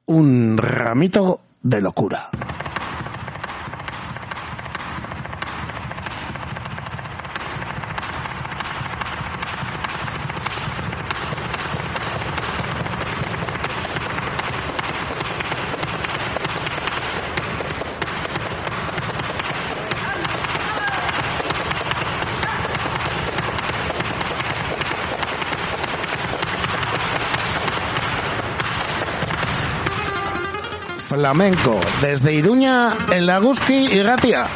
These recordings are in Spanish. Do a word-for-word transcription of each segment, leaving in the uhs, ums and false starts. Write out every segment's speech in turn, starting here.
un ramito de locura. Flamenco, desde Iruña, en la Eguzki y Ratia.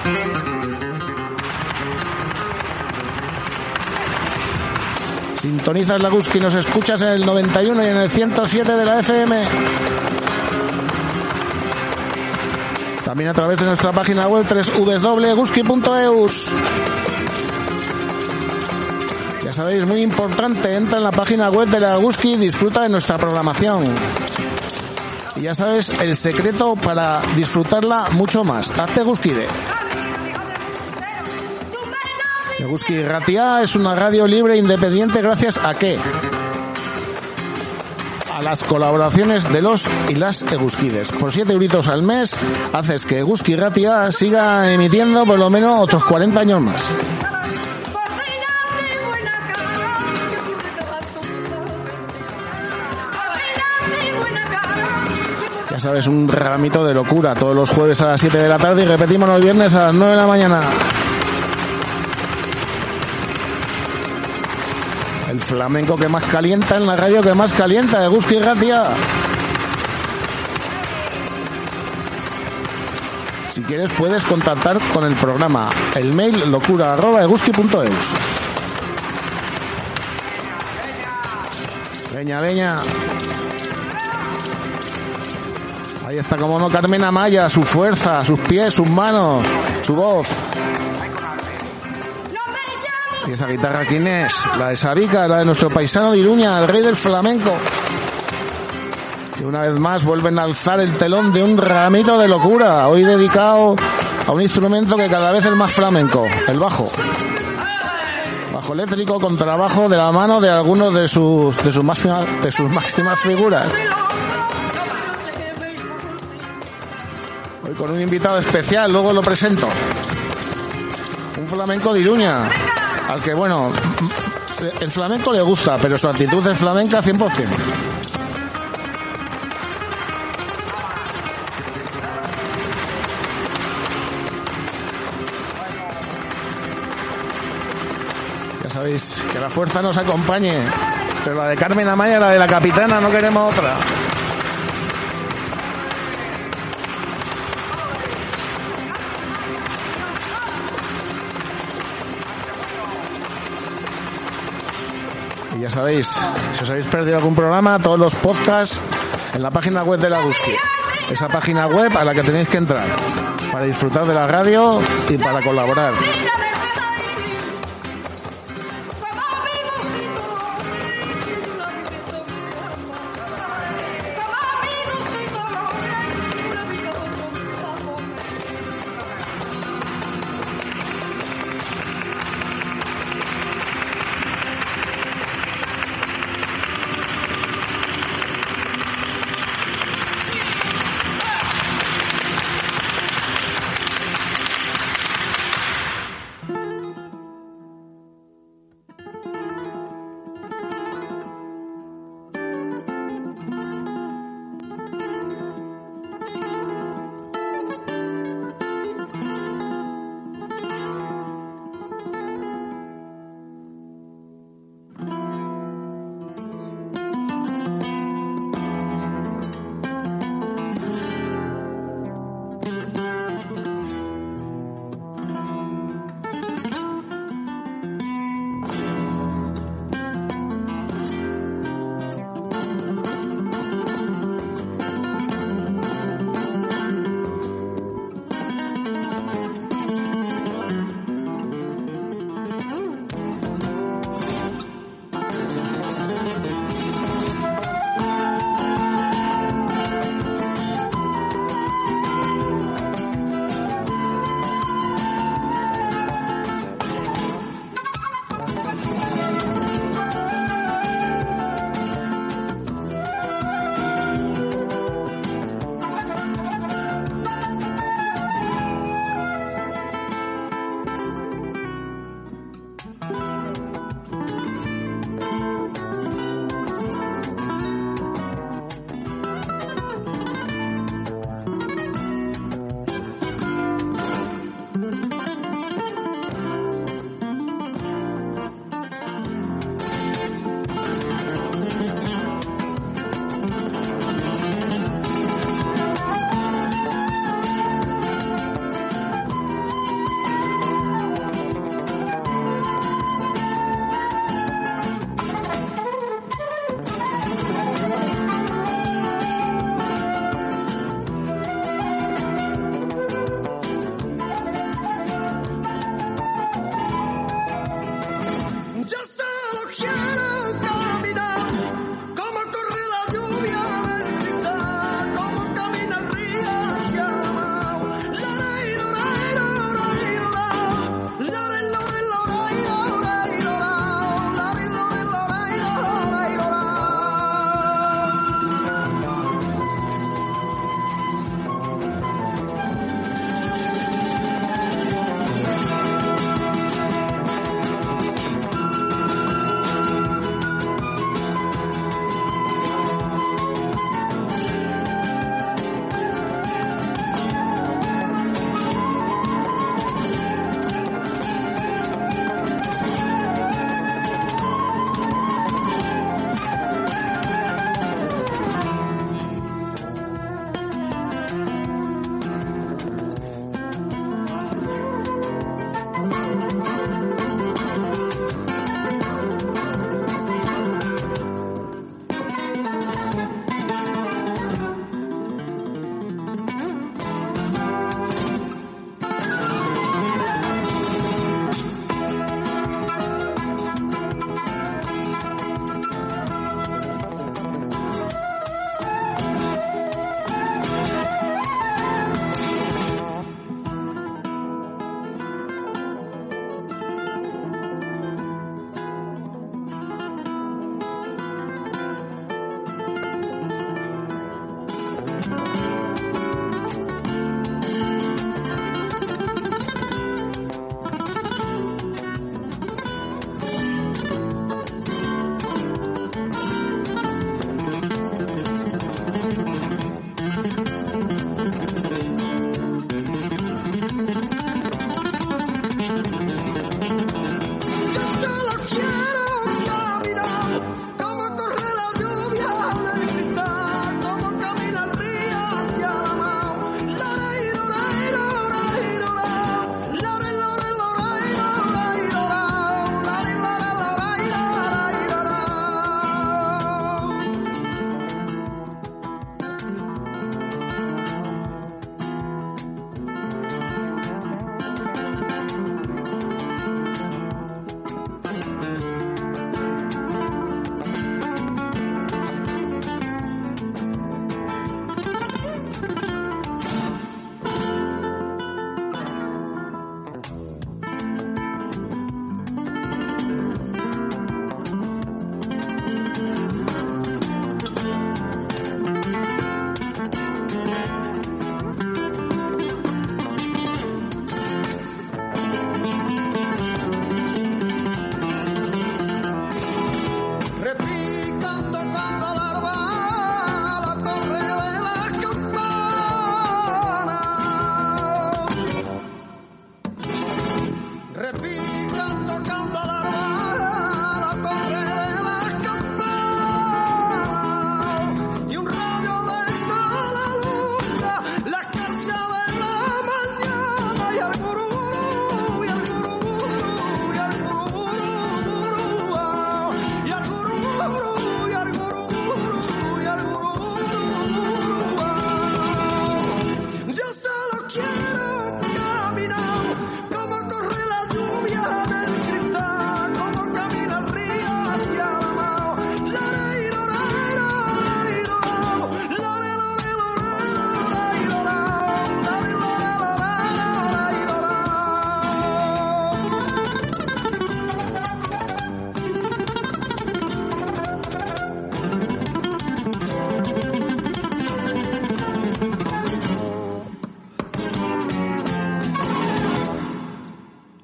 Sintonizas la Eguzki, nos escuchas en el noventa y uno y en el ciento siete de la F M. También a través de nuestra página web doble u doble u doble u punto eguzki punto e u s. Ya sabéis, muy importante, entra en la página web de la Eguzki y disfruta de nuestra programación. Y ya sabes, el secreto para disfrutarla mucho más. Hazte Eguzkide. Eguzki Ratia es una radio libre e independiente gracias a ¿qué? A las colaboraciones de los y las Eguzkides. Por siete euritos al mes haces que Eguzki Ratia siga emitiendo por lo menos otros cuarenta años más. Ya sabes, un ramito de locura todos los jueves a las siete de la tarde y repetimos los viernes a las nueve de la mañana. El flamenco que más calienta en la radio que más calienta, Eguzki Ratia. Si quieres puedes contactar con el programa. El mail locura arroba eguzki punto e u s. Leña, leña. Ahí está, como no, Carmen Amaya, su fuerza, sus pies, sus manos, su voz. ¿Y esa guitarra quién es? La de Sabica, la de nuestro paisano de Iruña, el rey del flamenco. Y una vez más vuelven a alzar el telón de un ramito de locura, hoy dedicado a un instrumento que cada vez es más flamenco, el bajo. Bajo eléctrico con trabajo de la mano de algunos de sus, de sus máximas, de sus máximas figuras. Con un invitado especial, luego lo presento. Un flamenco de Iruña, al que, bueno, el flamenco le gusta, pero su actitud es flamenca cien por ciento. Ya sabéis, que la fuerza nos acompañe, pero la de Carmen Amaya, la de la capitana, no queremos otra. Ya sabéis, si os habéis perdido algún programa, todos los podcasts en la página web de la Eguzki. Esa página web a la que tenéis que entrar para disfrutar de la radio y para colaborar.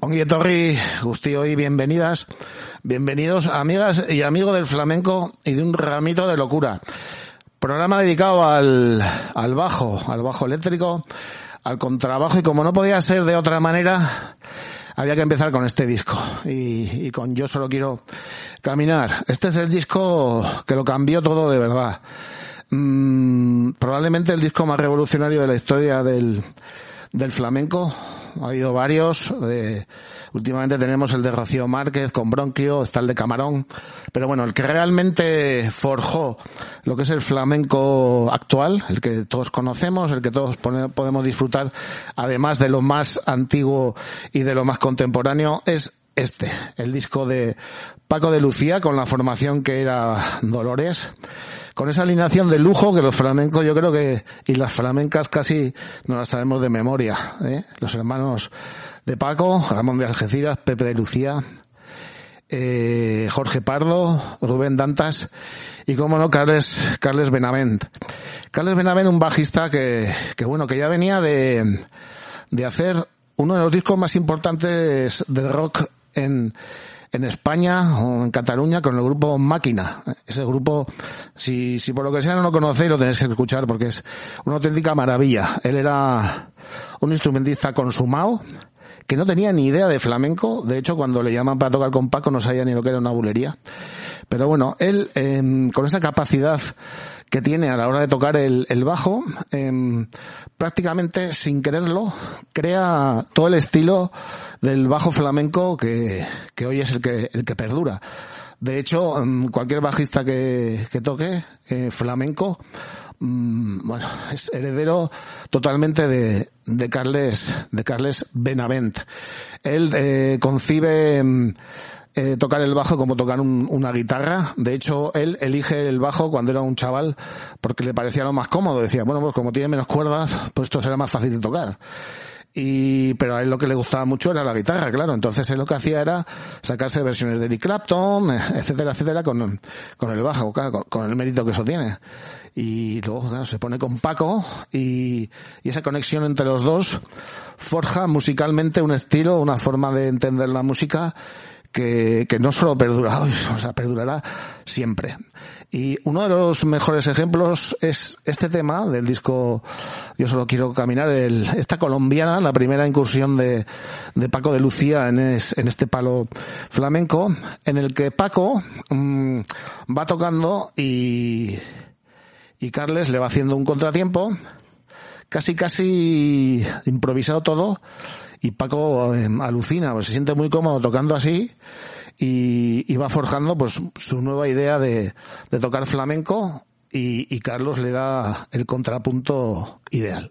Ongi etorri, guztioi, y bienvenidas, bienvenidos amigas y amigos del flamenco y de un ramito de locura. Programa dedicado al, al bajo, al bajo eléctrico, al contrabajo, y como no podía ser de otra manera, había que empezar con este disco y, y con Yo Solo Quiero Caminar. Este es el disco que lo cambió todo de verdad. Mm, probablemente el disco más revolucionario de la historia del, del flamenco. Ha habido varios. Eh, últimamente tenemos el de Rocío Márquez con Bronquio, está el de Camarón. Pero bueno, el que realmente forjó lo que es el flamenco actual, el que todos conocemos, el que todos pone, podemos disfrutar, además de lo más antiguo y de lo más contemporáneo, es este, el disco de Paco de Lucía, con la formación que era Dolores, con esa alineación de lujo que los flamencos, yo creo que, y las flamencas casi no las sabemos de memoria, ¿eh? Los hermanos de Paco, Ramón de Algeciras, Pepe de Lucía, eh, Jorge Pardo, Rubén Dantas y, como no, Carles, Carles Benavent. Carles Benavent, un bajista que, que bueno, que ya venía de, de hacer uno de los discos más importantes del rock en, en España o en Cataluña, con el grupo Máquina. Ese grupo, si, si por lo que sea no lo conocéis, lo tenéis que escuchar porque es una auténtica maravilla. Él era un instrumentista consumado que no tenía ni idea de flamenco. De hecho, cuando le llaman para tocar con Paco no sabía ni lo que era una bulería. Pero bueno, él, eh, con esa capacidad que tiene a la hora de tocar el, el bajo, eh, prácticamente sin quererlo, crea todo el estilo del bajo flamenco que, que hoy es el que, el que perdura. De hecho, cualquier bajista que, que toque eh, flamenco, mm, bueno, es heredero totalmente de, de Carles, de Carles Benavent. Él eh, concibe eh, tocar el bajo como tocar un, una guitarra. De hecho, él elige el bajo cuando era un chaval porque le parecía lo más cómodo. Decía, bueno, pues como tiene menos cuerdas, pues esto será más fácil de tocar. Y, pero a él lo que le gustaba mucho era la guitarra, claro. Entonces él lo que hacía era sacarse versiones de Eric Clapton, etcétera, etcétera, con, con el bajo, claro, con, con el mérito que eso tiene. Y luego, claro, se pone con Paco y, y esa conexión entre los dos forja musicalmente un estilo, una forma de entender la música que, que no solo perdura hoy, o sea, perdurará siempre. Y uno de los mejores ejemplos es este tema del disco Yo Solo Quiero Caminar, el, esta colombiana, la primera incursión de, de Paco de Lucía en, es, en este palo flamenco, en el que Paco mmm, va tocando y, y Carles le va haciendo un contratiempo, casi casi improvisado todo, y Paco eh, alucina, pues se siente muy cómodo tocando así. Y, y va forjando pues su nueva idea de, de tocar flamenco y, y Carlos le da el contrapunto ideal.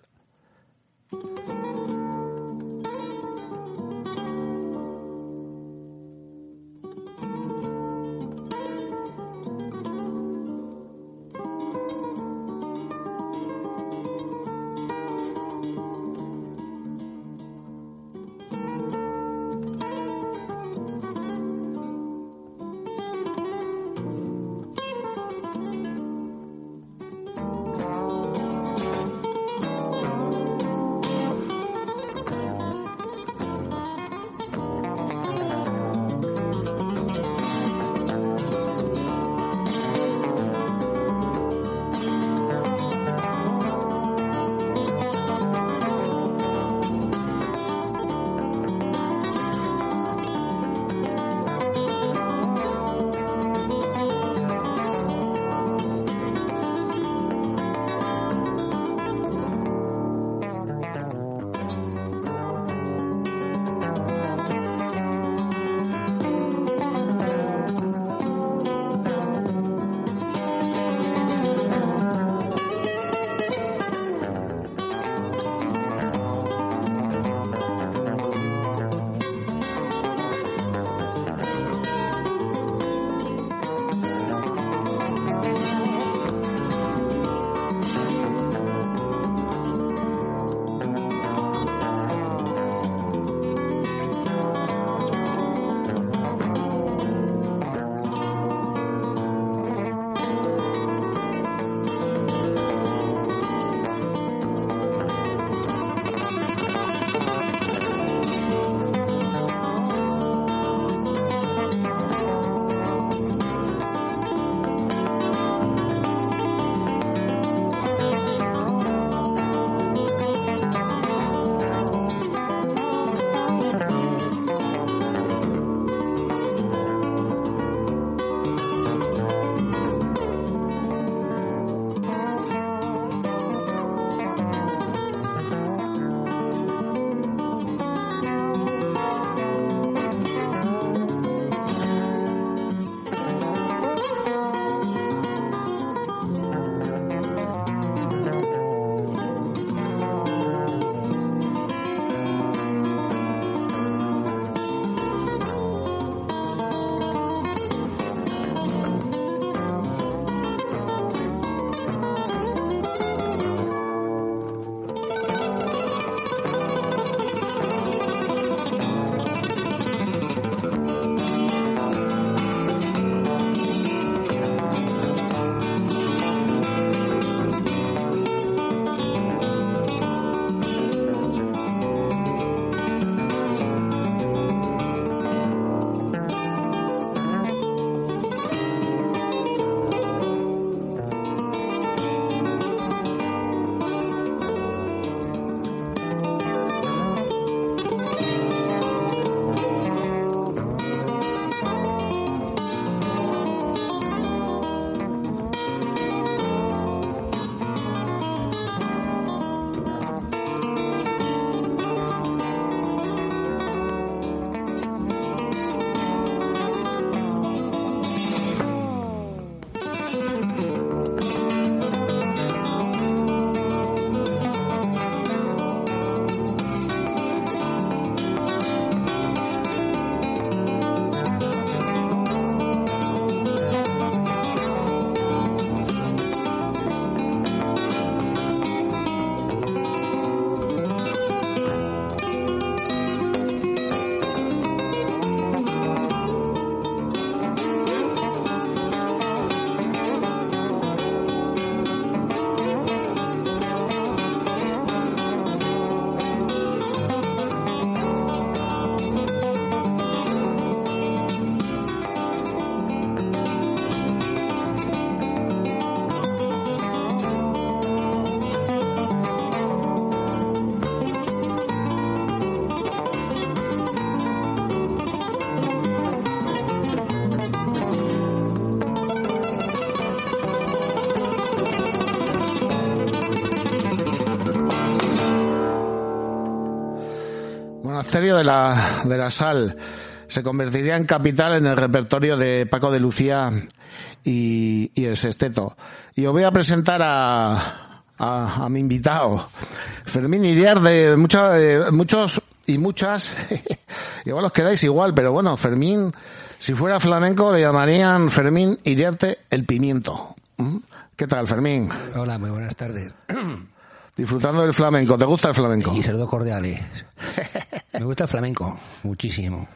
monasterio de la, de la Sal se convertiría en capital en el repertorio de Paco de Lucía y, y el sexteto. Y os voy a presentar a, a, a mi invitado, Fermín Iriar, de muchos, eh, muchos y muchas, igual os quedáis igual, pero bueno, Fermín, si fuera flamenco le llamarían Fermín Iriarte el Pimiento. ¿Qué tal, Fermín? Hola, muy buenas tardes. Disfrutando del flamenco. ¿Te gusta el flamenco? Y saludos cordiales. Me gusta el flamenco, muchísimo.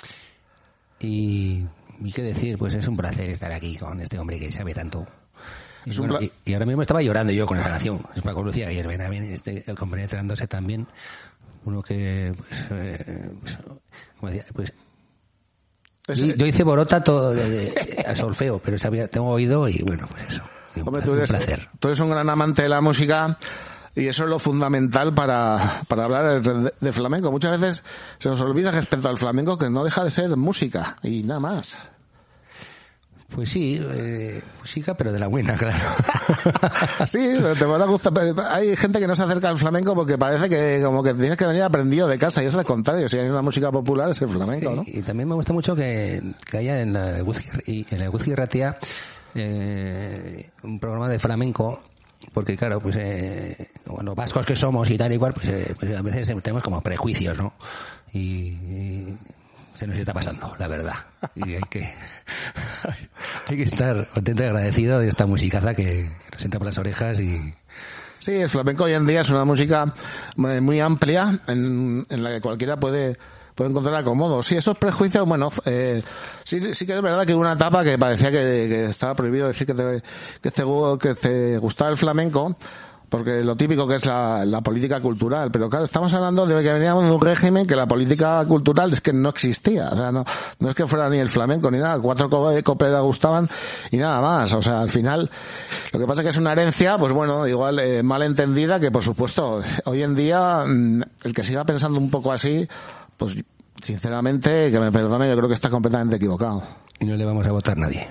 Y, y qué decir, pues es un placer estar aquí con este hombre que sabe tanto. Y, bueno, y, y ahora mismo estaba llorando yo con esta canción. Es Paco Lucía y el Benavén, este, el compenetrándose también. Uno que, pues, eh, pues, como decía, pues yo, yo hice borota todo de, de, a solfeo, pero sabía, tengo oído y bueno, pues eso. Un, Hombre, tú eres, un placer. Tú eres un gran amante de la música y eso es lo fundamental para, para hablar de, de flamenco. Muchas veces se nos olvida respecto al flamenco que no deja de ser música y nada más. Pues sí, eh, música, pero de la buena, claro. Sí, te van a gustar. Hay gente que no se acerca al flamenco porque parece que como que tienes que venir aprendido de casa y es al contrario. Si hay una música popular es el flamenco, sí, ¿no? Y también me gusta mucho que, que haya en la Eguzki, en la Eguzki Ratia eh, un programa de flamenco. Porque claro, pues eh, bueno, vascos que somos y tal y cual, pues, eh, pues a veces tenemos como prejuicios, ¿no? Y, y se nos está pasando, la verdad. Y hay que hay que estar contento y agradecido de esta musicaza que, que nos entra por las orejas y... Sí, el flamenco hoy en día es una música muy amplia en, en la que cualquiera puede puede encontrar acomodo. Sí, esos prejuicios, bueno, eh, sí, sí que es verdad que hubo una etapa que parecía que, que estaba prohibido decir que te, que te, que te gustaba el flamenco, porque lo típico que es la, la política cultural. Pero claro, estamos hablando de que veníamos de un régimen que la política cultural es que no existía. O sea, no, no es que fuera ni el flamenco ni nada. Cuatro copelas gustaban y nada más. O sea, al final, lo que pasa es que es una herencia, pues bueno, igual eh, mal entendida, que por supuesto, hoy en día, el que siga pensando un poco así, pues sinceramente, que me perdone, yo creo que está completamente equivocado. Y no le vamos a votar nadie.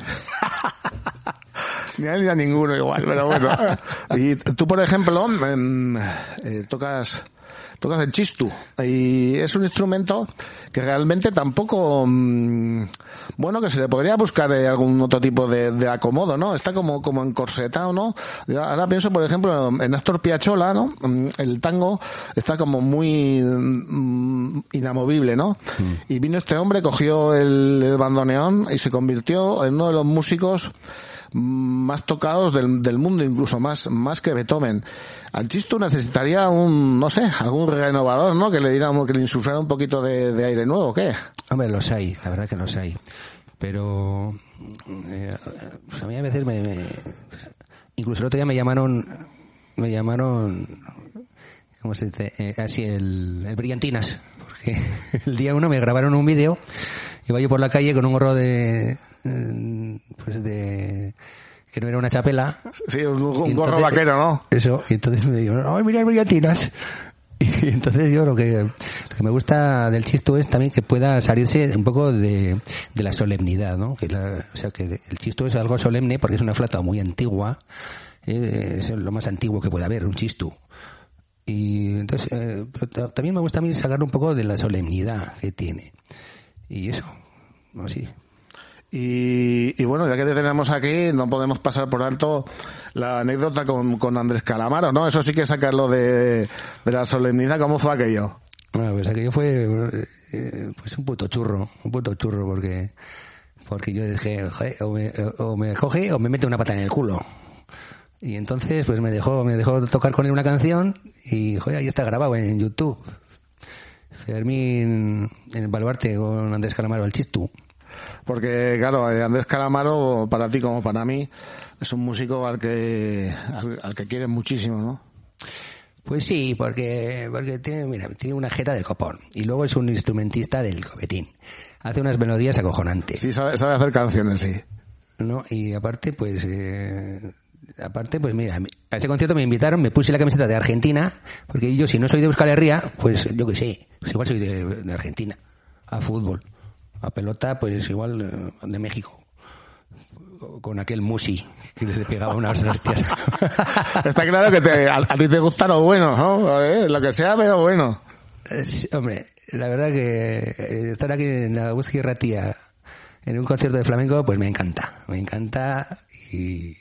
Ni a él ni a ninguno igual, pero bueno. Y tú, por ejemplo, eh, tocas tocas el chistu y es un instrumento que realmente tampoco, mmm, bueno, que se le podría buscar eh, algún otro tipo de, de acomodo, ¿no? Está como como encorsetado, ¿no? Yo ahora pienso, por ejemplo, en Astor Piazzolla, ¿no? El tango está como muy mmm, inamovible, ¿no? Mm. Y vino este hombre, cogió el, el bandoneón y se convirtió en uno de los músicos más tocados del, del mundo, incluso más más que Beethoven. Al chistu necesitaría un, no sé, algún renovador, ¿no? Que le diera, que le insuflara un poquito de, de aire nuevo, ¿qué? Hombre, los hay, la verdad que los hay. Pero eh, pues a mí a veces me, me incluso el otro día me llamaron me llamaron ¿cómo se dice? Eh, así el, el Brillantinas, porque el día uno me grabaron un vídeo, iba yo por la calle con un gorro de pues de que no era una chapela, sí, un, un entonces, gorro vaquero, ¿no? Eso, y entonces me dijeron, ¡ay, mira, Brillantinas! Y entonces yo lo que, lo que me gusta del chistu es también que pueda salirse un poco de, de la solemnidad, ¿no? Que la, o sea, que el chistu es algo solemne porque es una flauta muy antigua, eh, es lo más antiguo que puede haber, un chistu. Y entonces, eh, también me gusta a mí sacar un poco de la solemnidad que tiene. Y eso, así. Y, y bueno, ya que te tenemos aquí, no podemos pasar por alto la anécdota con, con Andrés Calamaro, ¿no? Eso sí que sacarlo de, de la solemnidad. ¿Cómo fue aquello? Bueno, pues aquello fue eh, pues un puto churro, un puto churro, porque porque yo dije, joder, o me, o me coge o me mete una pata en el culo. Y entonces pues me dejó me dejó tocar con él una canción y, joder, ahí está grabado en YouTube. Fermín en el baluarte con Andrés Calamaro, el chistu. Porque, claro, Andrés Calamaro, para ti como para mí, es un músico al que al, al que quieres muchísimo, ¿no? Pues sí, porque porque tiene, mira, tiene una jeta del copón. Y luego es un instrumentista del copetín. Hace unas melodías acojonantes. Sí, sabe, sabe hacer canciones, sí. ¿No? Y aparte, pues... Eh, aparte, pues mira, a ese concierto me invitaron, me puse la camiseta de Argentina, porque yo, si no soy de Euskal Herria, pues yo qué sé, pues igual soy de, de Argentina, a fútbol. A pelota, pues igual de México. Con aquel Musi que le pegaba unas hostias. Está claro que te, a, a ti te gusta lo bueno, ¿no? Eh, lo que sea, pero bueno. Eh, hombre, la verdad que estar aquí en la Whisky Ratia en un concierto de flamenco, pues me encanta, me encanta y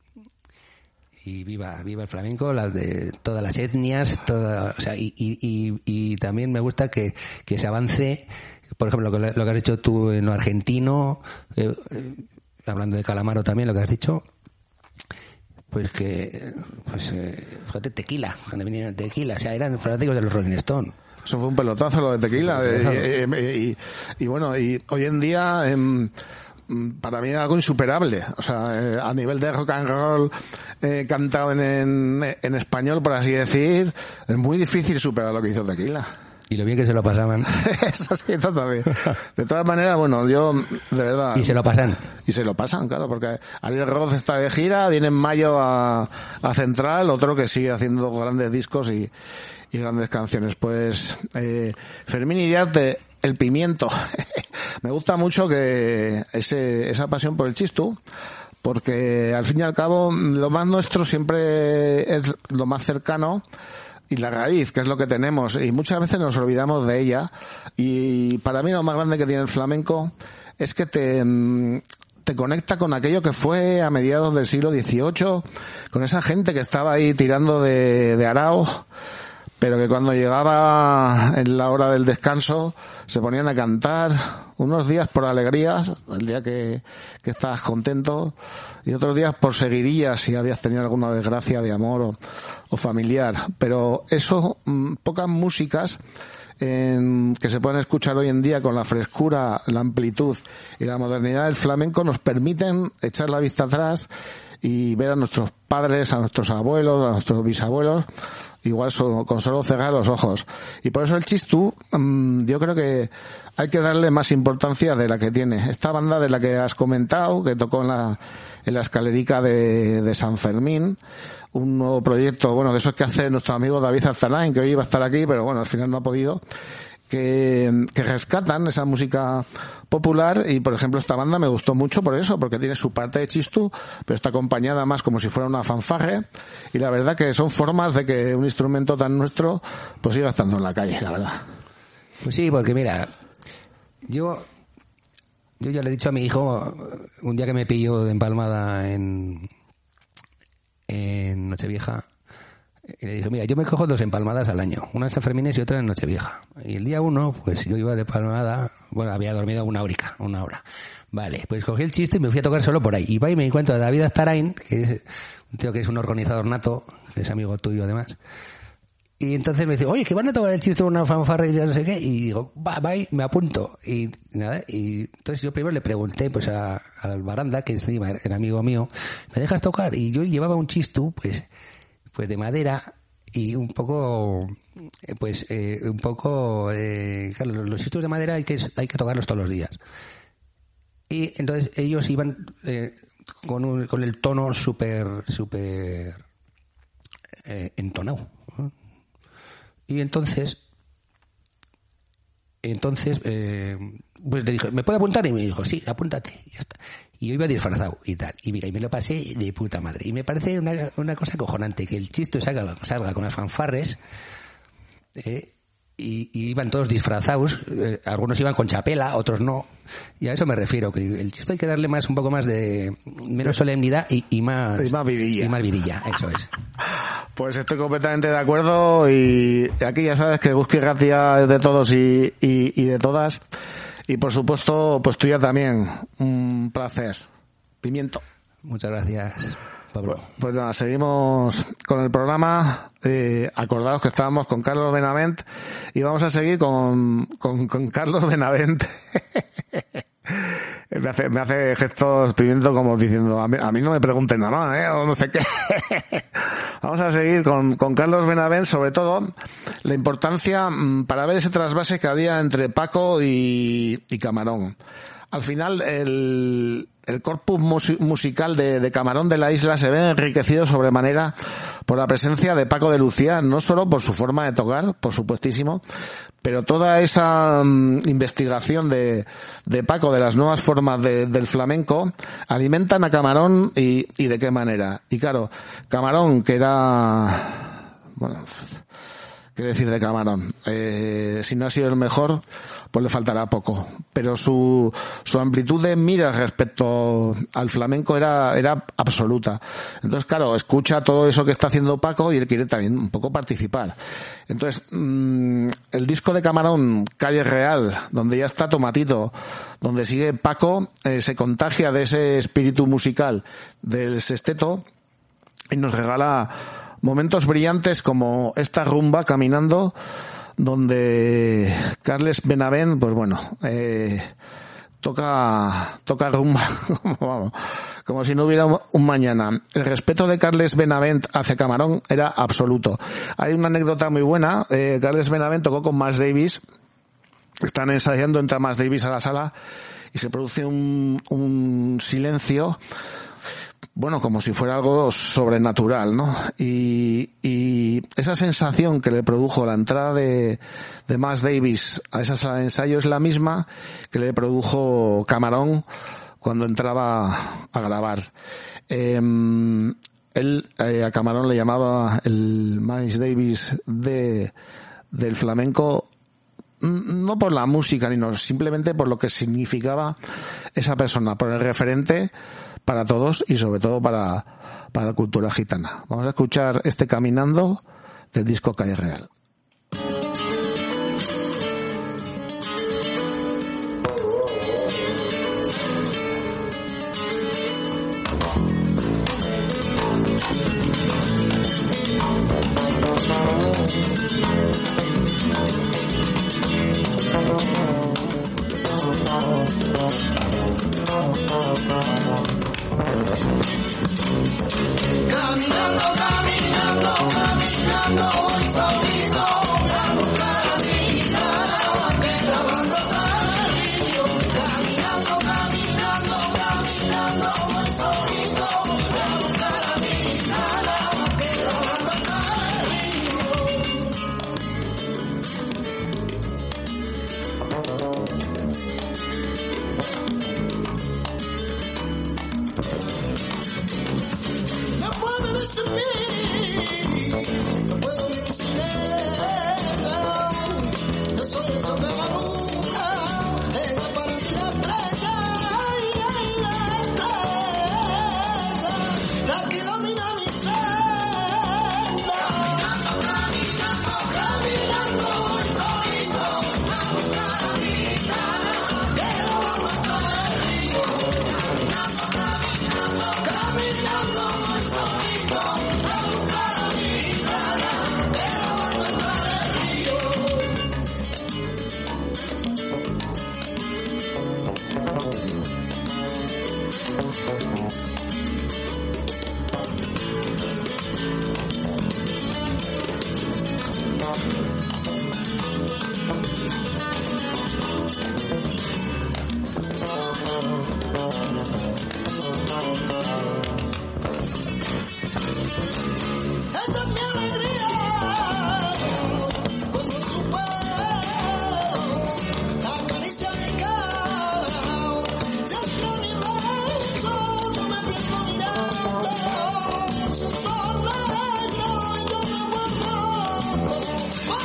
y viva viva el flamenco, las de todas las etnias, toda, o sea, y, y, y, y también me gusta que, que se avance, por ejemplo, lo que, lo que has dicho tú en lo argentino, eh, eh, hablando de Calamaro también, lo que has dicho, pues que, pues, eh, fíjate, Tequila, cuando vinieron Tequila, o sea, eran fanáticos de los Rolling Stones. Eso fue un pelotazo lo de Tequila. Eh, y, y, y bueno, y hoy en día, eh, para mí es algo insuperable. O sea, eh, a nivel de rock and roll eh, cantado en, en, en español, por así decir, es muy difícil superar lo que hizo Tequila. Y lo bien que se lo pasaban. Eso sí, eso también. De todas maneras, bueno, yo, de verdad... Y se lo pasan. Y se lo pasan, claro, porque Ariel Roth está de gira, viene en mayo a, a Central, otro que sigue haciendo grandes discos y, y grandes canciones. Pues, eh, Fermín Iriarte, El Pimiento. Me gusta mucho que ese, esa pasión por el chistú, porque al fin y al cabo, lo más nuestro siempre es lo más cercano, y la raíz, que es lo que tenemos, y muchas veces nos olvidamos de ella. Y para mí lo más grande que tiene el flamenco es que te, te conecta con aquello que fue a mediados del siglo dieciocho, con esa gente que estaba ahí tirando de, de arao, pero que cuando llegaba en la hora del descanso se ponían a cantar, unos días por alegrías, el día que, que estabas contento, y otros días por seguirillas si habías tenido alguna desgracia de amor o, o familiar. Pero eso, mmm, pocas músicas eh, que se pueden escuchar hoy en día con la frescura, la amplitud y la modernidad del flamenco nos permiten echar la vista atrás y ver a nuestros padres, a nuestros abuelos, a nuestros bisabuelos, igual so, con solo cerrar los ojos. Y por eso el chistú, mmm, yo creo que hay que darle más importancia de la que tiene. Esta banda de la que has comentado, que tocó en la, en la escalerica de, de San Fermín, un nuevo proyecto, bueno, de esos que hace nuestro amigo David Arzalain, que hoy iba a estar aquí, pero bueno, al final no ha podido, que, que rescatan esa música popular. Y por ejemplo esta banda me gustó mucho por eso, porque tiene su parte de chistú, pero está acompañada más como si fuera una fanfarre, y la verdad que son formas de que un instrumento tan nuestro pues siga estando en la calle, la verdad. Pues sí, porque mira, yo yo ya le he dicho a mi hijo un día que me pilló de empalmada en en Nochevieja, y le dije, mira, yo me cojo dos empalmadas al año, una en San Fermín y otra en Nochevieja. Y el día uno, pues yo iba de palmada, bueno, había dormido una horica, una hora. Vale, pues cogí el chiste y me fui a tocar solo por ahí. Y va y me encuentro a David Arzalain, que es un tío que es un organizador nato, que es amigo tuyo además. Y entonces me dice, oye, que van a tocar el chiste de una fanfarra y no sé qué. Y digo, va, va, y me apunto. Y nada, y entonces yo primero le pregunté, pues a, al baranda, que encima era amigo mío, ¿me dejas tocar? Y yo llevaba un chistú, pues, pues de madera, y un poco, pues, eh, un poco, eh, claro, los chistus de madera hay que, hay que tocarlos todos los días. Y entonces ellos iban eh, con, un, con el tono súper, súper eh, entonado, ¿no? Y entonces, entonces, eh, pues le dije, ¿me puedo apuntar? Y me dijo, sí, apúntate, y ya está. Y yo iba disfrazado y tal. Y mira, y me lo pasé de puta madre. Y me parece una, una cosa cojonante que el chiste salga, salga con las fanfarres, eh, y, y iban todos disfrazados. Eh, algunos iban con chapela, otros no. Y a eso me refiero, que el chiste hay que darle más, un poco más de, menos solemnidad y, y más, y más vidilla. Y más vidilla, eso es. Pues estoy completamente de acuerdo, y aquí ya sabes que Whisky Ratia es de todos y, y, y de todas. Y por supuesto, pues tuya también. Un placer. Pimiento. Muchas gracias, Pablo. Pues, pues nada, seguimos con el programa. Eh, acordaos que estábamos con Carlos Benavent y vamos a seguir con, con, con Carlos Benavent. Me hace, me hace gestos Pimiento como diciendo, a mí, a mí no me pregunten nada más, ¿eh? O no sé qué. Vamos a seguir con, con Carlos Benavent, sobre todo la importancia mmm, para ver ese trasvase que había entre Paco y, y Camarón. Al final, el, el corpus mus- musical de, de Camarón de la Isla se ve enriquecido sobremanera por la presencia de Paco de Lucía, no solo por su forma de tocar, por supuestísimo, pero toda esa um, investigación de, de Paco de las nuevas formas de, del flamenco alimentan a Camarón, y, y de qué manera. Y claro, Camarón, que era, bueno, qué decir de Camarón. Eh, si no ha sido el mejor, pues le faltará poco. Pero su, su amplitud de miras respecto al flamenco era, era absoluta. Entonces, claro, escucha todo eso que está haciendo Paco y él quiere también un poco participar. Entonces, mmm, el disco de Camarón, Calle Real, donde ya está Tomatito, donde sigue Paco, eh, se contagia de ese espíritu musical del sexteto y nos regala momentos brillantes como esta rumba Caminando, donde Carles Benavent, pues bueno, eh, toca, toca rumba, como, como si no hubiera un mañana. El respeto de Carles Benavent hacia Camarón era absoluto. Hay una anécdota muy buena, eh, Carles Benavent tocó con Miles Davis, están ensayando, entra Miles Davis a la sala y se produce un, un silencio, bueno, como si fuera algo sobrenatural, ¿no? Y, y esa sensación que le produjo la entrada de, de Miles Davis a esa sala de ensayo es la misma que le produjo Camarón cuando entraba a grabar. Eh, él, eh, a Camarón le llamaba el Miles Davis de, del flamenco, no por la música, ni no, simplemente por lo que significaba esa persona, por el referente para todos y sobre todo para, para la cultura gitana. Vamos a escuchar este Caminando del disco Calle Real. Caminando, caminando, caminando, voy solito, la boca caminando, que la banda para el río. Caminando, caminando, caminando, voy solito, la boca caminando, que la banda para el río. No puedo vivir sin mí, no puedo vivir sin ella. Yo soy el sol de la luna, ella para mí la estrella, ay, ay, la estrella, la que domina mi senda. Caminando, caminando, caminando, voy solito, caminando, que la vamos para el río. Caminando, caminando, caminando, voy solito, la boca caminando, que la vamos para el río. Esa es mi alegría, cuando supero la caricia de mi cara, siempre mi beso, yo me pierdo mirando, su sol negro, y yo me vuelvo loco.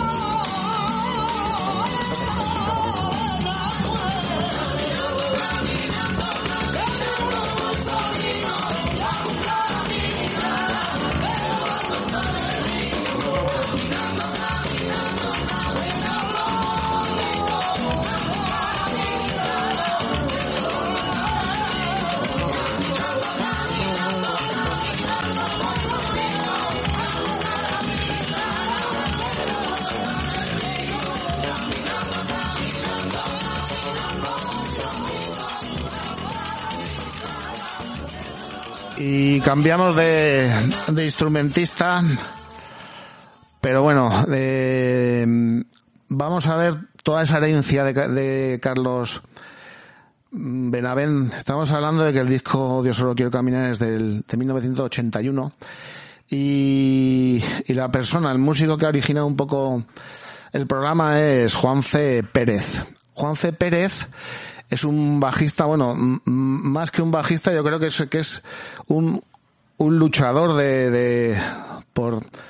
Y cambiamos de, de instrumentista, pero bueno, eh, vamos a ver toda esa herencia de, de Carlos Benavent. Estamos hablando de que el disco Yo solo quiero caminar es del, de mil novecientos ochenta y uno y, y la persona, el músico que ha originado un poco el programa es Juanfe Pérez. Juanfe Pérez es un bajista, bueno, m- más que un bajista, yo creo que es, que es un, un luchador de, de, por,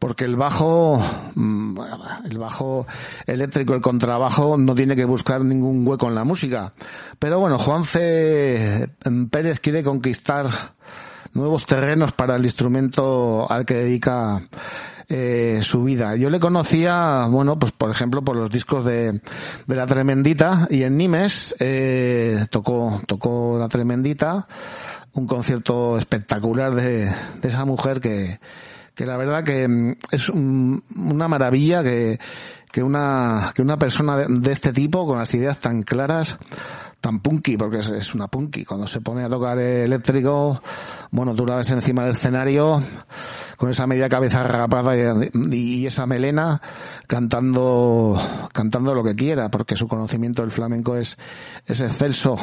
porque el bajo, el bajo eléctrico, el contrabajo, no tiene que buscar ningún hueco en la música. Pero bueno, Juanfe Pérez quiere conquistar nuevos terrenos para el instrumento al que dedica eh, su vida. Yo le conocía, bueno, pues por ejemplo por los discos de, de La Tremendita, y en Nimes eh, tocó, tocó La Tremendita, un concierto espectacular de, de esa mujer que, que la verdad que es un, una maravilla que, que una, que una persona de, de este tipo, con las ideas tan claras, tan punky, porque es, es una punky, cuando se pone a tocar eléctrico, bueno, tú la ves encima del escenario con esa media cabeza rapada y, y esa melena cantando cantando lo que quiera, porque su conocimiento del flamenco es es excelso,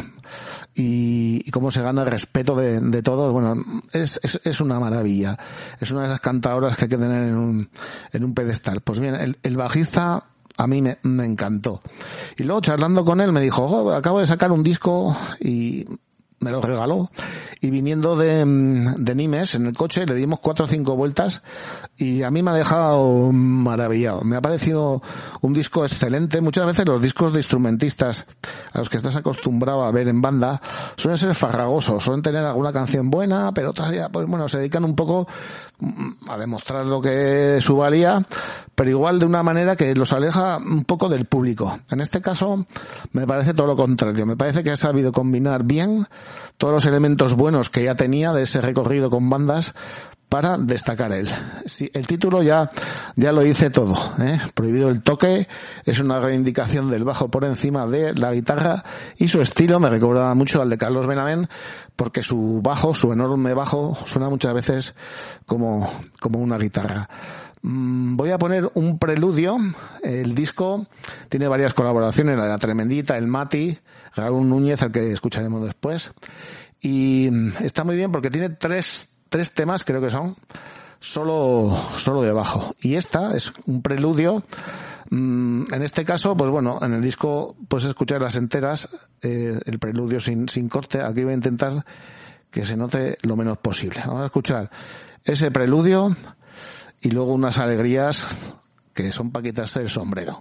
y, y cómo se gana el respeto de, de todos. Bueno, es, es es una maravilla, es una de esas cantadoras que hay que tener en un en un pedestal. Pues bien, el, el bajista a mí me, me encantó. Y luego, charlando con él, me dijo, oh, acabo de sacar un disco, y me lo regaló. Y viniendo de, de Nimes, en el coche, le dimos cuatro o cinco vueltas, y a mí me ha dejado maravillado. Me ha parecido un disco excelente. Muchas veces los discos de instrumentistas a los que estás acostumbrado a ver en banda suelen ser farragosos, suelen tener alguna canción buena, pero otras ya, pues bueno, se dedican un poco a demostrar lo que es su valía, pero igual de una manera que los aleja un poco del público. En este caso me parece todo lo contrario. Me parece que ha sabido combinar bien todos los elementos buenos que ya tenía de ese recorrido con bandas para destacar él. Sí, el título ya ya lo dice todo, ¿eh? Prohibido el toque es una reivindicación del bajo por encima de la guitarra, y su estilo me recordaba mucho al de Carlos Benavent, porque su bajo, su enorme bajo, suena muchas veces como como una guitarra. Voy a poner un preludio. El disco tiene varias colaboraciones, la de La Tremendita, el Mati, Raúl Núñez, al que escucharemos después, y está muy bien porque tiene tres tres temas, creo que son solo solo de bajo, y esta es un preludio. En este caso, pues bueno, en el disco puedes escuchar las enteras, eh, el preludio sin sin corte. Aquí voy a intentar que se note lo menos posible. Vamos a escuchar ese preludio y luego unas alegrías que son para quitarse el sombrero.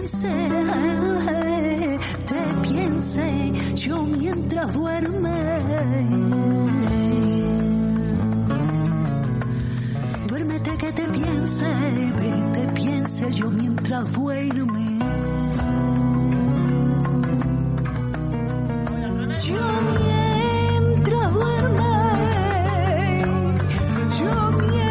dice, te piense yo mientras duerme. Duérmete que te piense, te piense yo mientras duerme. Yo mientras duerme, yo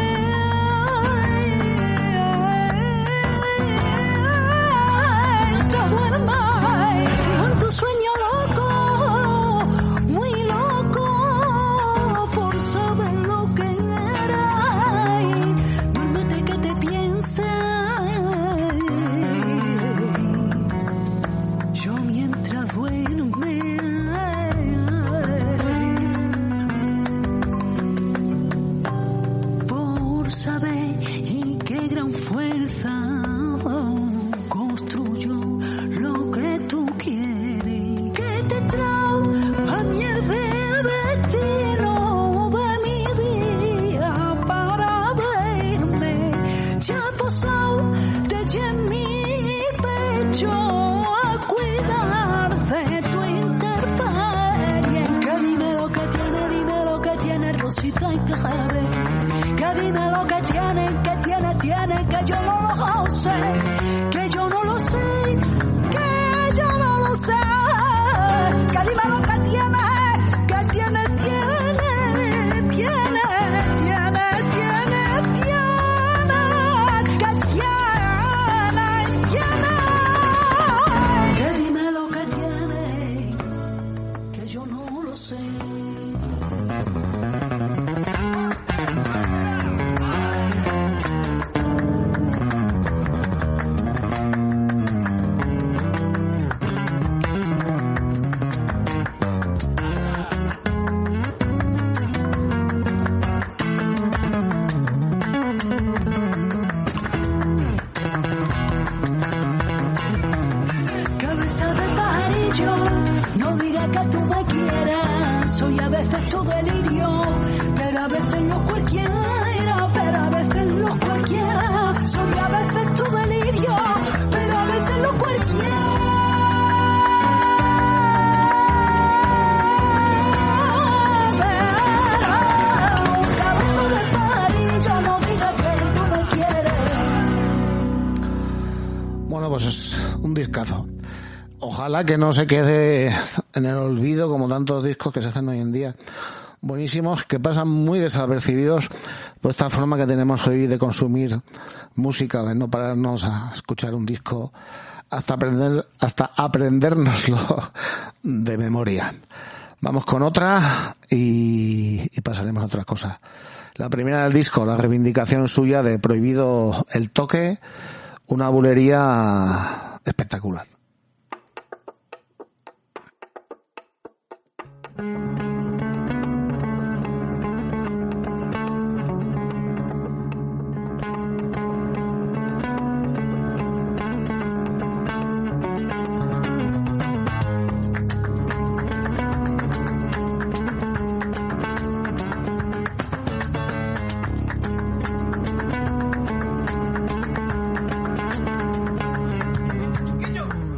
mientras duerme, con tu sueño loco, muy loco, por saber lo que eres. Duérmete que te piense, yo mientras duerme. Sabe y qué gran fuerza construyó lo que tú quieres, que te trae a mierda el destino de mi vida para verme, ya posado te en mi pecho a cuidar de tu intemperie. Que dime lo que tiene, dime lo que tiene Rosita y Clave. Que dime lo que tiene, que tiene, tiene, que yo no lo sé, que yo no lo sé, que yo no lo sé. Que dime lo que tiene, que tiene, tiene, tiene, tiene, tiene, tiene, que tiene, tiene. Que dime lo que tiene, que yo no lo sé. No diré que tú me quieras, soy a veces tu delirio, pero a veces no cualquiera, pero a veces no cualquiera, soy a veces tu delirio, pero a veces no cualquiera. Cabeza de pajarillo, no digas que tú me quieres. Bueno, pues es un discazo. Ojalá que no se quede en el olvido como tantos discos que se hacen hoy en día. Buenísimos, que pasan muy desapercibidos por esta forma que tenemos hoy de consumir música, de no pararnos a escuchar un disco hasta aprender, hasta aprendérnoslo de memoria. Vamos con otra y, y pasaremos a otras cosas. La primera del disco, la reivindicación suya de Prohibido el Toque, una bulería espectacular. Chiquillo.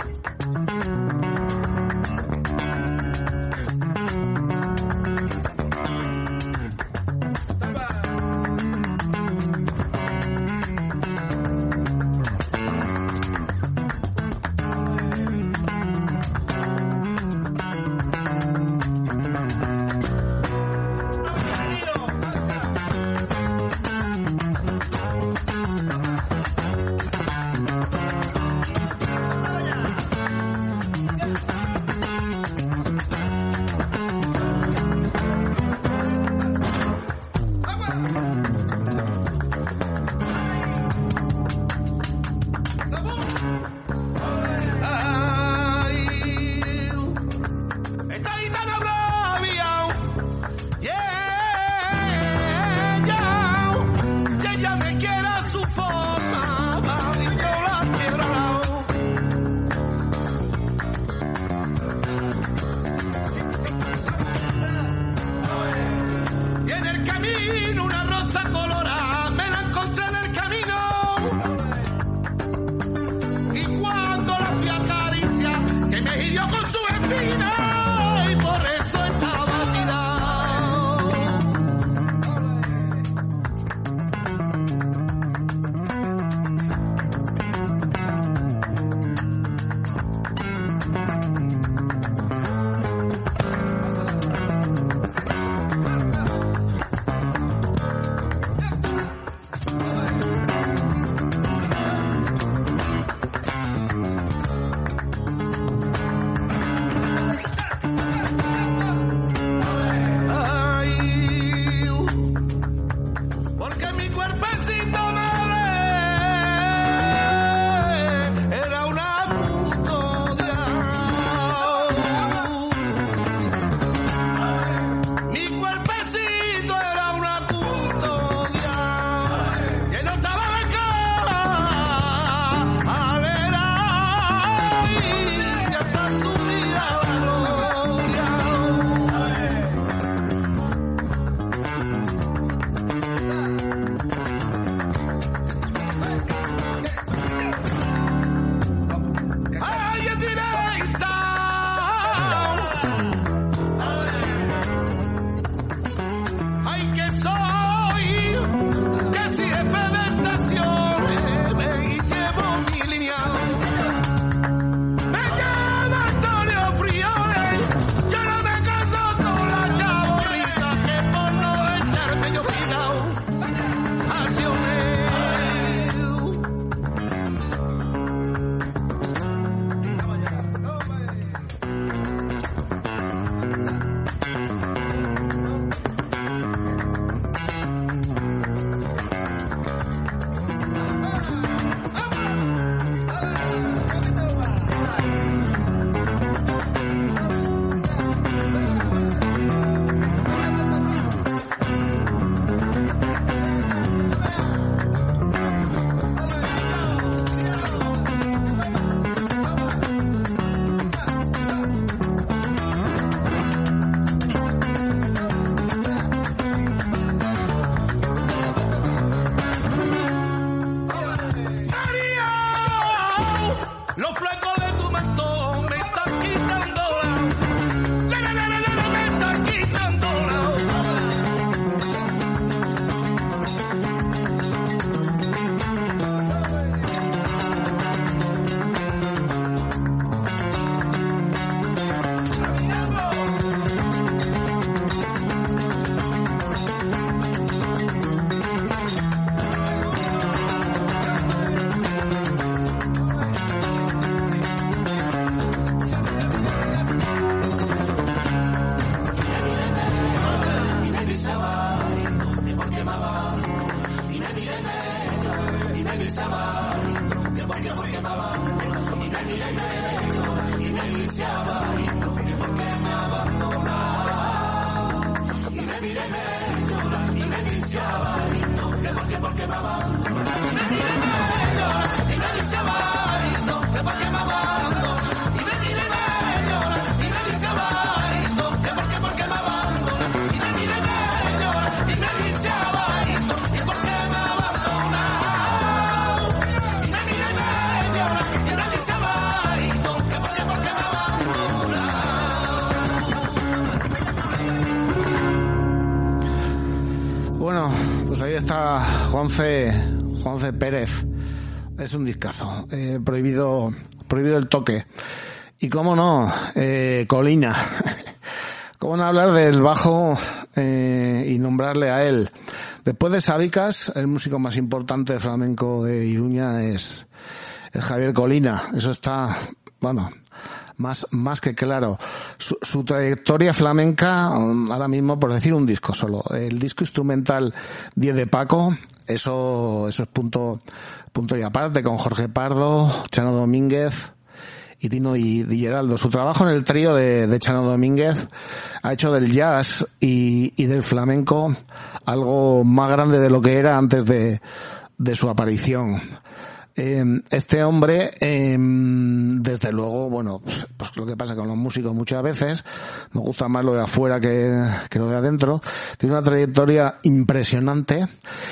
Bueno, pues ahí está Juanfe, Juanfe Pérez. Es un discazo. Eh, prohibido, prohibido el toque. Y cómo no, eh, Colina. Cómo no hablar del bajo eh, y nombrarle a él. Después de Sabicas, el músico más importante de flamenco de Iruña es el Javier Colina. Eso está, bueno, más más que claro. Su, su trayectoria flamenca, ahora mismo, por decir un disco solo, el disco instrumental diez de Paco, eso eso es punto punto y aparte, con Jorge Pardo, Chano Domínguez y Tino y Di Geraldo. Su trabajo en el trío de, de Chano Domínguez ha hecho del jazz y, y del flamenco algo más grande de lo que era antes de, de su aparición. Eh, este hombre, eh, desde luego, bueno, pues lo que pasa con los músicos muchas veces, nos gusta más lo de afuera que, que lo de adentro. Tiene una trayectoria impresionante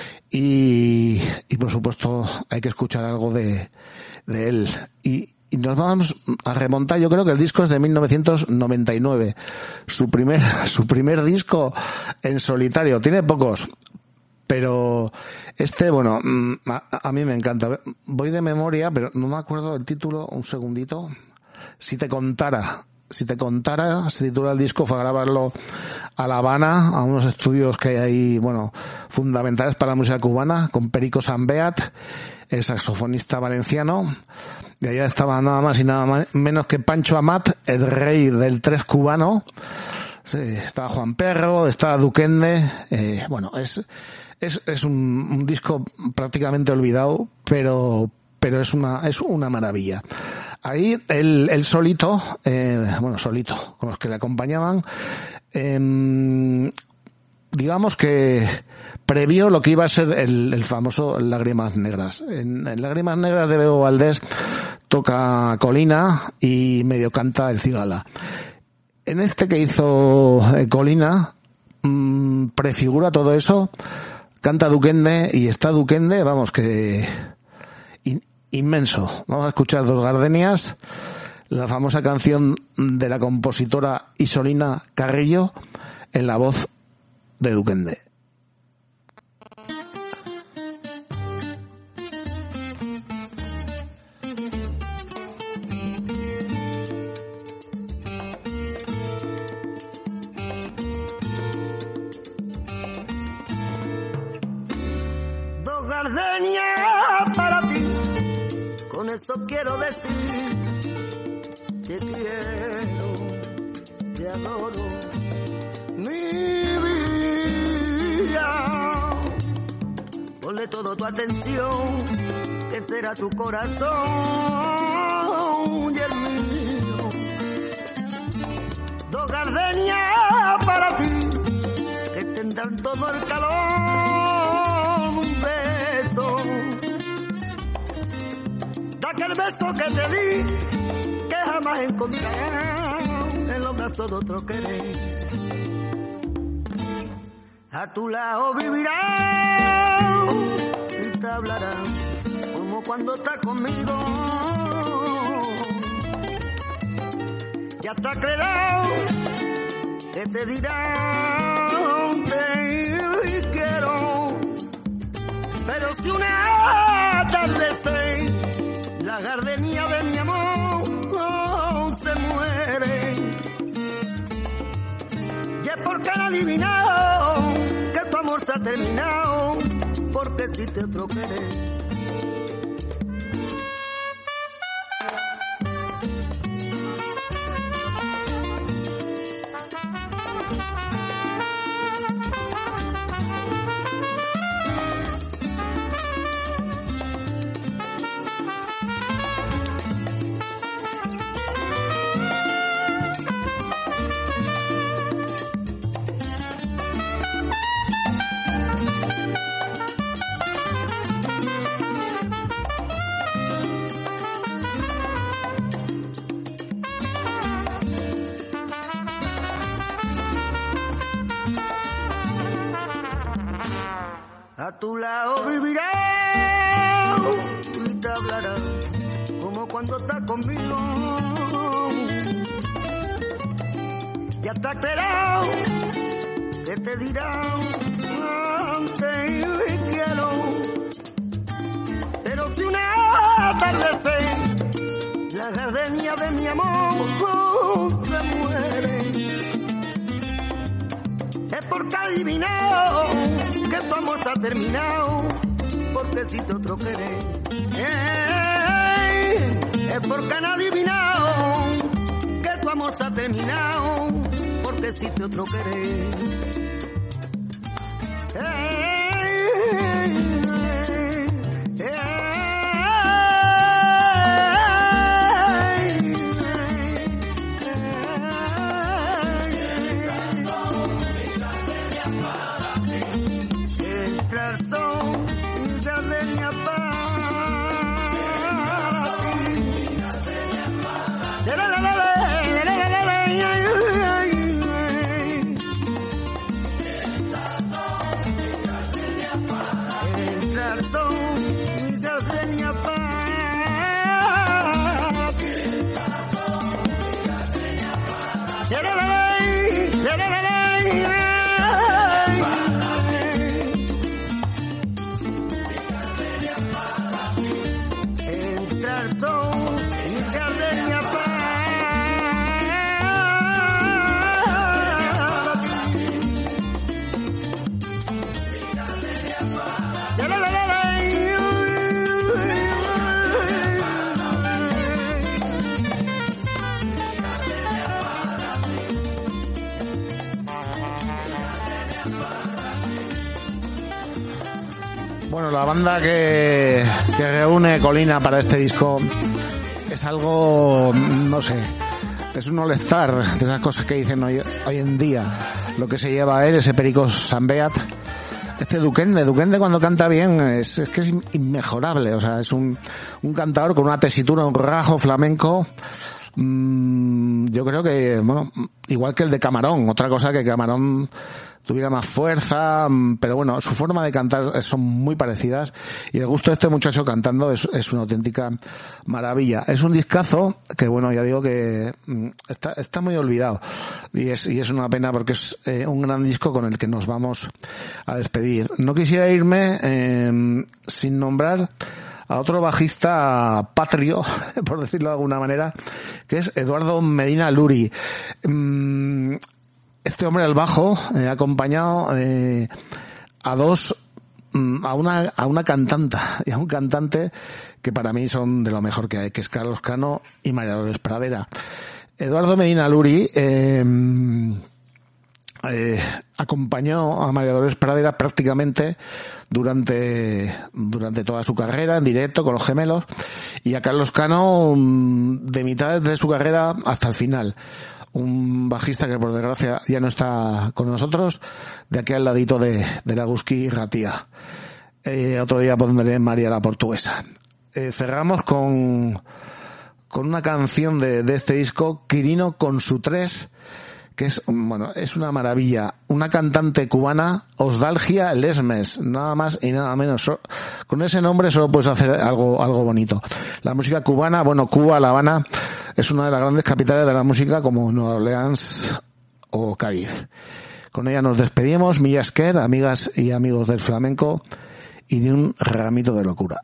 y, y por supuesto hay que escuchar algo de, de él. Y, y nos vamos a remontar, yo creo que el disco es de mil novecientos noventa y nueve. Su primer, su primer disco en solitario. Tiene pocos. Pero este, bueno, a, a mí me encanta. Voy de memoria, pero no me acuerdo del título. Un segundito. Si te contara, si te contara, se titula el disco. Fue a grabarlo a La Habana, a unos estudios que hay ahí, bueno, fundamentales para la música cubana, con Perico Sambeat, el saxofonista valenciano. Y allá estaba nada más y nada más, menos que Pancho Amat, el rey del tres cubano. Sí, estaba Juan Perro, estaba Duquende. Eh, bueno, es Es, es un, un disco prácticamente olvidado, pero pero es una es una maravilla. Ahí él, él solito, eh, bueno, solito, con los que le acompañaban, eh, digamos que previó lo que iba a ser el, el famoso Lágrimas Negras. En, en Lágrimas Negras de Bebo Valdés toca Colina y medio canta el Cigala. En este que hizo eh, Colina, mmm, prefigura todo eso. Canta Duquende y está Duquende, vamos, que in, inmenso. Vamos a escuchar Dos Gardenias, la famosa canción de la compositora Isolina Carrillo, en la voz de Duquende. Para ti, con esto quiero decir, te quiero, te adoro, mi vida. Ponle todo tu atención, que será tu corazón y el mío. Dos gardenias para ti, que tendrán todo el calor, un beso. De aquel beso que te di, que jamás encontrarás en los brazos de otro querer. A tu lado vivirás y te hablarás como cuando estás conmigo. Y hasta creerás que te dirán te quiero. Pero si una tarde la gardenia de mi amor oh, se muere, y es porque han adivinado que tu amor se ha terminado, porque existe otro querer. A tu lado viviré y te hablará como cuando estás conmigo. Ya está esperado que te dirá antes quiero. Pero si una atardecer la gardenia de mi amor se muere, es porque adivinado que tu amor está terminado, porque si te otro querés, eh, es porque han adivinado que tu amor está terminado, porque si te otro querés, eh, eh, eh, Bueno, la banda que, que reúne Colina para este disco es algo, no sé, es un all-star de esas cosas que dicen hoy, hoy en día. Lo que se lleva a él, ese Perico Sambeat. Este Duquende, Duquende cuando canta bien es, es que es inmejorable, o sea, es un, un cantador con una tesitura, un rajo flamenco. Mm, yo creo que, bueno, igual que el de Camarón, otra cosa que Camarón tuviera más fuerza, pero bueno, su forma de cantar son muy parecidas y el gusto de este muchacho cantando es, es una auténtica maravilla. Es un discazo que, bueno, ya digo que está, está muy olvidado y es, y es una pena porque es eh, un gran disco con el que nos vamos a despedir. No quisiera irme eh, sin nombrar a otro bajista patrio, por decirlo de alguna manera, que es Eduardo Medina Luri. Este hombre al bajo eh, ha acompañado eh, a dos, a una, a una cantanta y a un cantante que para mí son de lo mejor que hay, que es Carlos Cano y María Dolores Pradera. Eduardo Medina Luri eh, eh, acompañó a María Dolores Pradera prácticamente durante durante toda su carrera en directo con los Gemelos y a Carlos Cano de mitad de su carrera hasta el final. Un bajista que por desgracia ya no está con nosotros, de aquí al ladito de, de la Gusqui Ratía. Eh, otro día pondré María la Portuguesa. Eh, cerramos con con una canción de, de este disco, Quirino con su tres, que es, bueno, es una maravilla. Una cantante cubana, Osdalgia Lesmes, nada más y nada menos. Con ese nombre solo puedes hacer algo, algo bonito. La música cubana, bueno, Cuba, La Habana, es una de las grandes capitales de la música como Nueva Orleans o Cádiz. Con ella nos despedimos, Millasquer, amigas y amigos del flamenco y de un ramito de locura.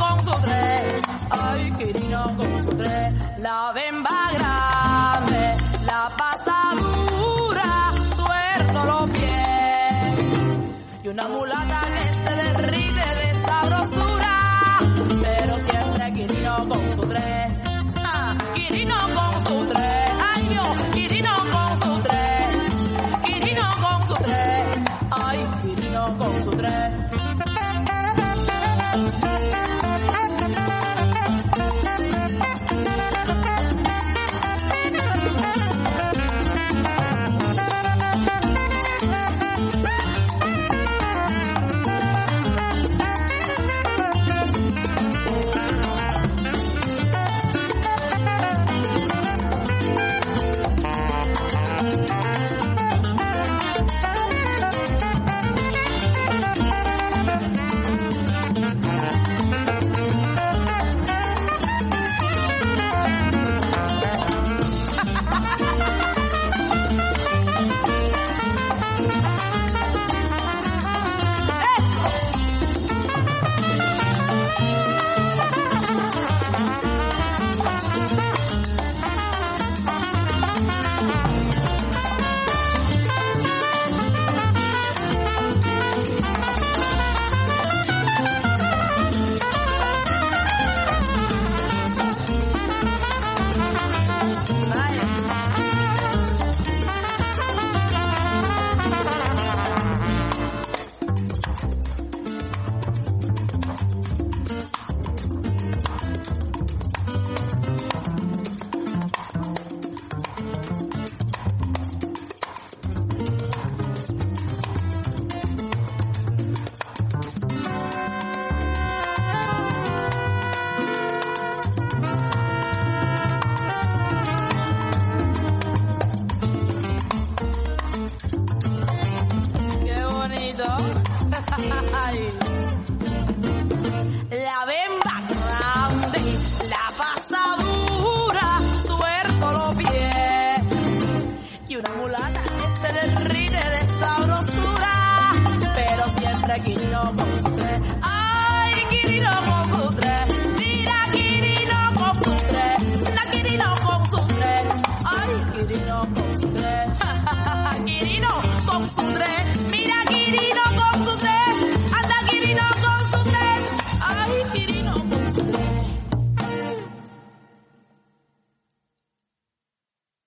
La bemba grande una mulata que se derrite de sabrosura, pero siempre Quirino con su tres, ah, Quirino con su tres, ay Dios, Quirino con su tres, Quirino con su tres, ay, Quirino con su tres. La bemba grande, la pasadura, suelto los pies y una mulata que se derrite de sabrosura, pero siempre Quirino con su tres, ay, Quirino con su